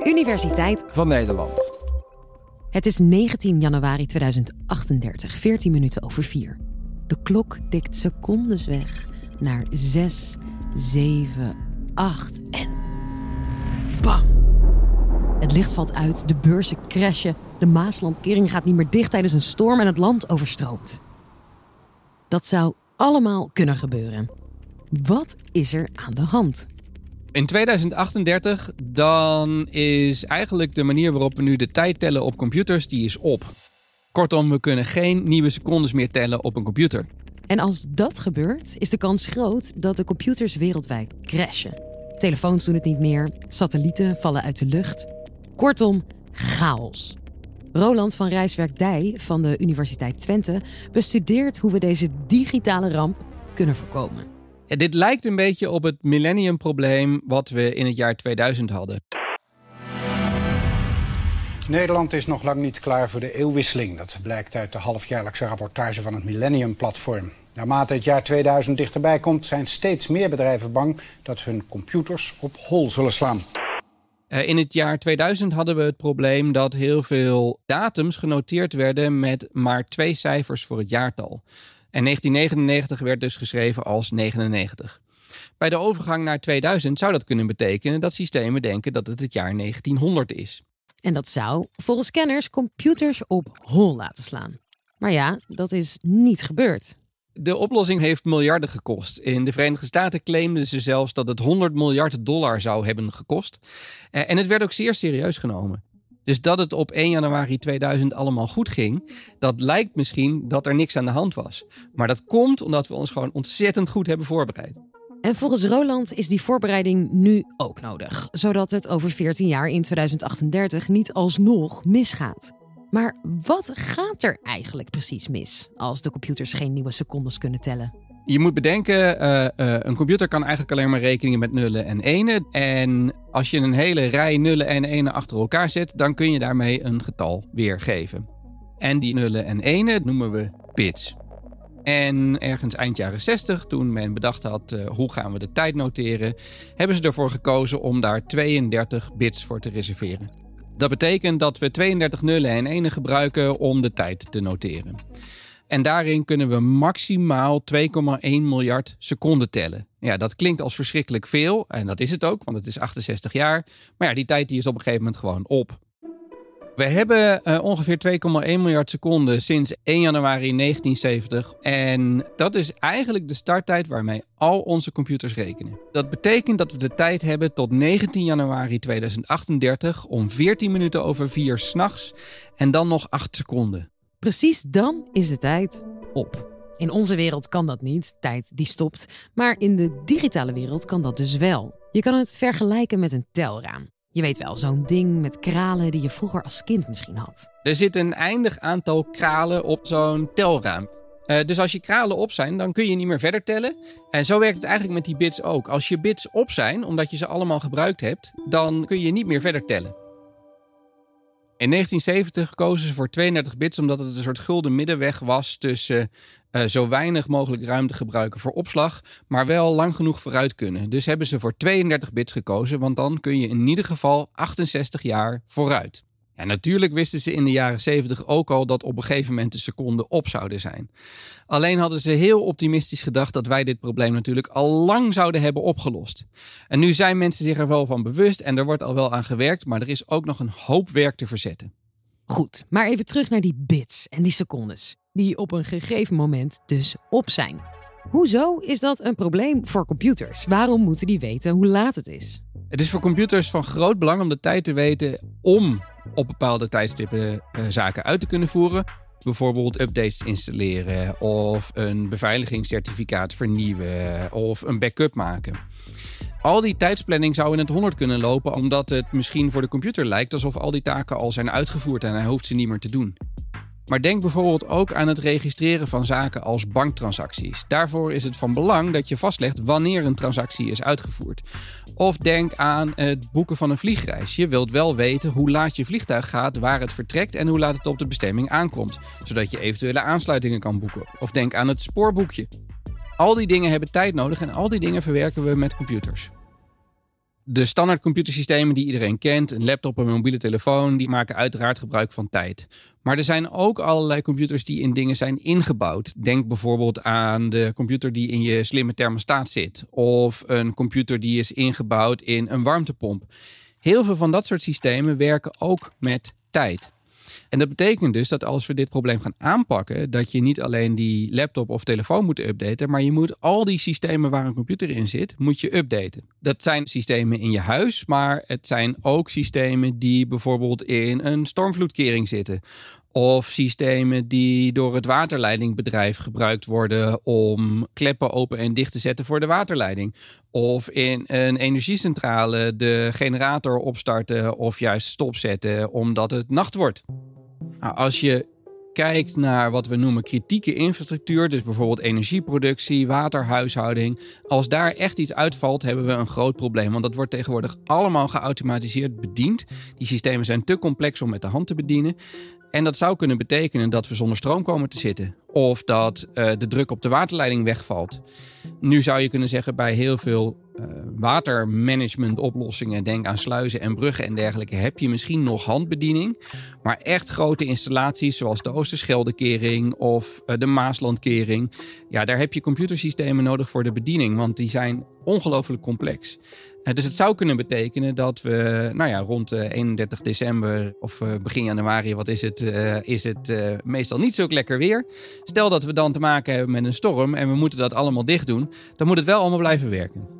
Universiteit van Nederland. Het is 19 januari 2038, 14 minuten over 4. De klok tikt secondes weg naar 6, 7, 8 en bam! Het licht valt uit, de beurzen crashen, de Maaslandkering gaat niet meer dicht tijdens een storm en het land overstroomt. Dat zou allemaal kunnen gebeuren. Wat is er aan de hand? In 2038, dan is eigenlijk de manier waarop we nu de tijd tellen op computers, die is op. Kortom, we kunnen geen nieuwe secondes meer tellen op een computer. En als dat gebeurt, is de kans groot dat de computers wereldwijd crashen. Telefoons doen het niet meer, satellieten vallen uit de lucht. Kortom, chaos. Roland van Rijswerk-Dij van de Universiteit Twente bestudeert hoe we deze digitale ramp kunnen voorkomen. Ja, dit lijkt een beetje op het millenniumprobleem wat we in het jaar 2000 hadden. Nederland is nog lang niet klaar voor de eeuwwisseling. Dat blijkt uit de halfjaarlijkse rapportage van het Millennium-platform. Naarmate het jaar 2000 dichterbij komt, zijn steeds meer bedrijven bang dat hun computers op hol zullen slaan. In het jaar 2000 hadden we het probleem dat heel veel datums genoteerd werden met maar 2 cijfers voor het jaartal. En 1999 werd dus geschreven als 99. Bij de overgang naar 2000 zou dat kunnen betekenen dat systemen denken dat het jaar 1900 is. En dat zou, volgens kenners, computers op hol laten slaan. Maar ja, dat is niet gebeurd. De oplossing heeft miljarden gekost. In de Verenigde Staten claimden ze zelfs dat het $100 miljard zou hebben gekost. En het werd ook zeer serieus genomen. Dus dat het op 1 januari 2000 allemaal goed ging, dat lijkt misschien dat er niks aan de hand was. Maar dat komt omdat we ons gewoon ontzettend goed hebben voorbereid. En volgens Roland is die voorbereiding nu ook nodig. Zodat het over 14 jaar in 2038 niet alsnog misgaat. Maar wat gaat er eigenlijk precies mis als de computers geen nieuwe secondes kunnen tellen? Je moet bedenken, een computer kan eigenlijk alleen maar rekeningen met nullen en enen. En als je een hele rij nullen en enen achter elkaar zet, dan kun je daarmee een getal weergeven. En die nullen en enen noemen we bits. En ergens eind jaren 60, toen men bedacht had hoe gaan we de tijd noteren, hebben ze ervoor gekozen om daar 32 bits voor te reserveren. Dat betekent dat we 32 nullen en enen gebruiken om de tijd te noteren. En daarin kunnen we maximaal 2,1 miljard seconden tellen. Ja, dat klinkt als verschrikkelijk veel. En dat is het ook, want het is 68 jaar. Maar ja, die tijd die is op een gegeven moment gewoon op. We hebben ongeveer 2,1 miljard seconden sinds 1 januari 1970. En dat is eigenlijk de starttijd waarmee al onze computers rekenen. Dat betekent dat we de tijd hebben tot 19 januari 2038 om 14 minuten over 4 s'nachts en dan nog 8 seconden. Precies dan is de tijd op. In onze wereld kan dat niet, tijd die stopt. Maar in de digitale wereld kan dat dus wel. Je kan het vergelijken met een telraam. Je weet wel, zo'n ding met kralen die je vroeger als kind misschien had. Er zit een eindig aantal kralen op zo'n telraam. Dus als je kralen op zijn, dan kun je niet meer verder tellen. En zo werkt het eigenlijk met die bits ook. Als je bits op zijn, omdat je ze allemaal gebruikt hebt, dan kun je niet meer verder tellen. In 1970 kozen ze voor 32 bits omdat het een soort gulden middenweg was tussen zo weinig mogelijk ruimte gebruiken voor opslag, maar wel lang genoeg vooruit kunnen. Dus hebben ze voor 32 bits gekozen, want dan kun je in ieder geval 68 jaar vooruit. Ja, natuurlijk wisten ze in de jaren 70 ook al dat op een gegeven moment de seconden op zouden zijn. Alleen hadden ze heel optimistisch gedacht dat wij dit probleem natuurlijk al lang zouden hebben opgelost. En nu zijn mensen zich er wel van bewust en er wordt al wel aan gewerkt, maar er is ook nog een hoop werk te verzetten. Goed, maar even terug naar die bits en die secondes, die op een gegeven moment dus op zijn. Hoezo is dat een probleem voor computers? Waarom moeten die weten hoe laat het is? Het is voor computers van groot belang om de tijd te weten om op bepaalde tijdstippen zaken uit te kunnen voeren. Bijvoorbeeld updates installeren of een beveiligingscertificaat vernieuwen of een backup maken. Al die tijdsplanning zou in het 100 kunnen lopen omdat het misschien voor de computer lijkt alsof al die taken al zijn uitgevoerd en hij hoeft ze niet meer te doen. Maar denk bijvoorbeeld ook aan het registreren van zaken als banktransacties. Daarvoor is het van belang dat je vastlegt wanneer een transactie is uitgevoerd. Of denk aan het boeken van een vliegreis. Je wilt wel weten hoe laat je vliegtuig gaat, waar het vertrekt en hoe laat het op de bestemming aankomt. Zodat je eventuele aansluitingen kan boeken. Of denk aan het spoorboekje. Al die dingen hebben tijd nodig en al die dingen verwerken we met computers. De standaard computersystemen die iedereen kent, een laptop, een mobiele telefoon, die maken uiteraard gebruik van tijd. Maar er zijn ook allerlei computers die in dingen zijn ingebouwd. Denk bijvoorbeeld aan de computer die in je slimme thermostaat zit. Of een computer die is ingebouwd in een warmtepomp. Heel veel van dat soort systemen werken ook met tijd. En dat betekent dus dat als we dit probleem gaan aanpakken, dat je niet alleen die laptop of telefoon moet updaten, maar je moet al die systemen waar een computer in zit, moet je updaten. Dat zijn systemen in je huis, maar het zijn ook systemen die bijvoorbeeld in een stormvloedkering zitten. Of systemen die door het waterleidingbedrijf gebruikt worden om kleppen open en dicht te zetten voor de waterleiding. Of in een energiecentrale de generator opstarten of juist stopzetten omdat het nacht wordt. Nou, als je kijkt naar wat we noemen kritieke infrastructuur, dus bijvoorbeeld energieproductie, waterhuishouding. Als daar echt iets uitvalt, hebben we een groot probleem. Want dat wordt tegenwoordig allemaal geautomatiseerd bediend. Die systemen zijn te complex om met de hand te bedienen. En dat zou kunnen betekenen dat we zonder stroom komen te zitten. Of dat de druk op de waterleiding wegvalt. Nu zou je kunnen zeggen bij heel veel watermanagementoplossingen, denk aan sluizen en bruggen en dergelijke, heb je misschien nog handbediening. Maar echt grote installaties zoals de Oosterscheldekering of de Maaslandkering, ja, daar heb je computersystemen nodig voor de bediening, want die zijn ongelooflijk complex. Dus het zou kunnen betekenen dat we rond 31 december of begin januari, is het meestal niet zo lekker weer. Stel dat we dan te maken hebben met een storm en we moeten dat allemaal dicht doen, dan moet het wel allemaal blijven werken.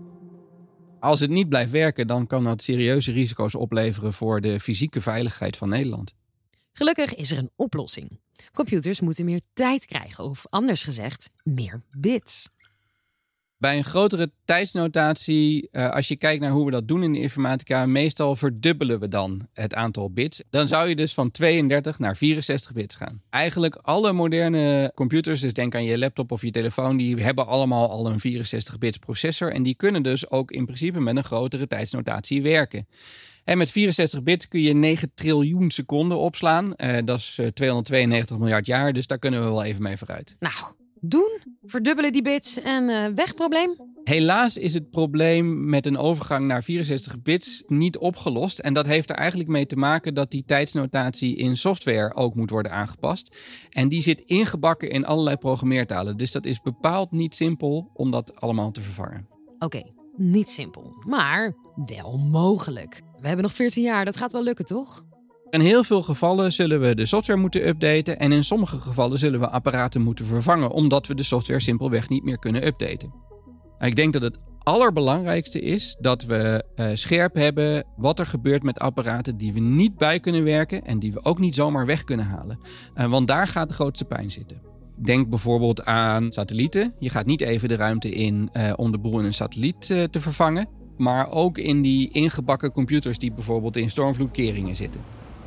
Als het niet blijft werken, dan kan dat serieuze risico's opleveren voor de fysieke veiligheid van Nederland. Gelukkig is er een oplossing. Computers moeten meer tijd krijgen, of anders gezegd, meer bits. Bij een grotere tijdsnotatie, als je kijkt naar hoe we dat doen in de informatica, meestal verdubbelen we dan het aantal bits. Dan zou je dus van 32 naar 64 bits gaan. Eigenlijk alle moderne computers, dus denk aan je laptop of je telefoon, die hebben allemaal al een 64 bits processor. En die kunnen dus ook in principe met een grotere tijdsnotatie werken. En met 64 bits kun je 9 triljoen seconden opslaan. Dat is 292 miljard jaar, dus daar kunnen we wel even mee vooruit. Nou, doen, verdubbelen die bits en weg probleem. Helaas is het probleem met een overgang naar 64 bits niet opgelost. En dat heeft er eigenlijk mee te maken dat die tijdsnotatie in software ook moet worden aangepast. En die zit ingebakken in allerlei programmeertalen. Dus dat is bepaald niet simpel om dat allemaal te vervangen. Oké, niet simpel, maar wel mogelijk. We hebben nog 14 jaar, dat gaat wel lukken, toch? In heel veel gevallen zullen we de software moeten updaten en in sommige gevallen zullen we apparaten moeten vervangen, omdat we de software simpelweg niet meer kunnen updaten. Ik denk dat het allerbelangrijkste is dat we scherp hebben wat er gebeurt met apparaten die we niet bij kunnen werken en die we ook niet zomaar weg kunnen halen. Want daar gaat de grootste pijn zitten. Denk bijvoorbeeld aan satellieten. Je gaat niet even de ruimte in om de boel in een satelliet te vervangen, maar ook in die ingebakken computers die bijvoorbeeld in stormvloedkeringen zitten.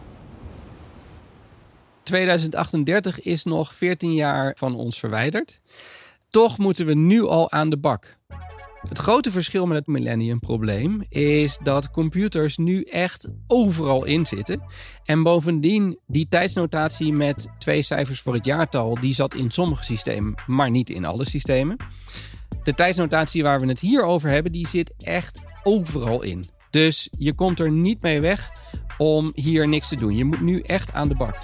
2038 is nog 14 jaar van ons verwijderd. Toch moeten we nu al aan de bak. Het grote verschil met het millenniumprobleem is dat computers nu echt overal in zitten. En bovendien, die tijdsnotatie met 2 cijfers voor het jaartal, die zat in sommige systemen, maar niet in alle systemen. De tijdsnotatie waar we het hier over hebben, die zit echt overal in. Dus je komt er niet mee weg om hier niks te doen. Je moet nu echt aan de bak.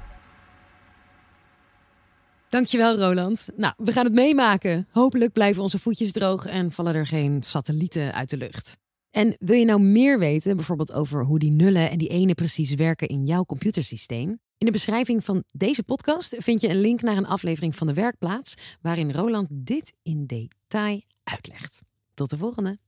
Dankjewel, Roland. Nou, we gaan het meemaken. Hopelijk blijven onze voetjes droog en vallen er geen satellieten uit de lucht. En wil je nou meer weten, bijvoorbeeld over hoe die nullen en die enen precies werken in jouw computersysteem? In de beschrijving van deze podcast vind je een link naar een aflevering van De Werkplaats, waarin Roland dit in detail uitlegt. Tot de volgende.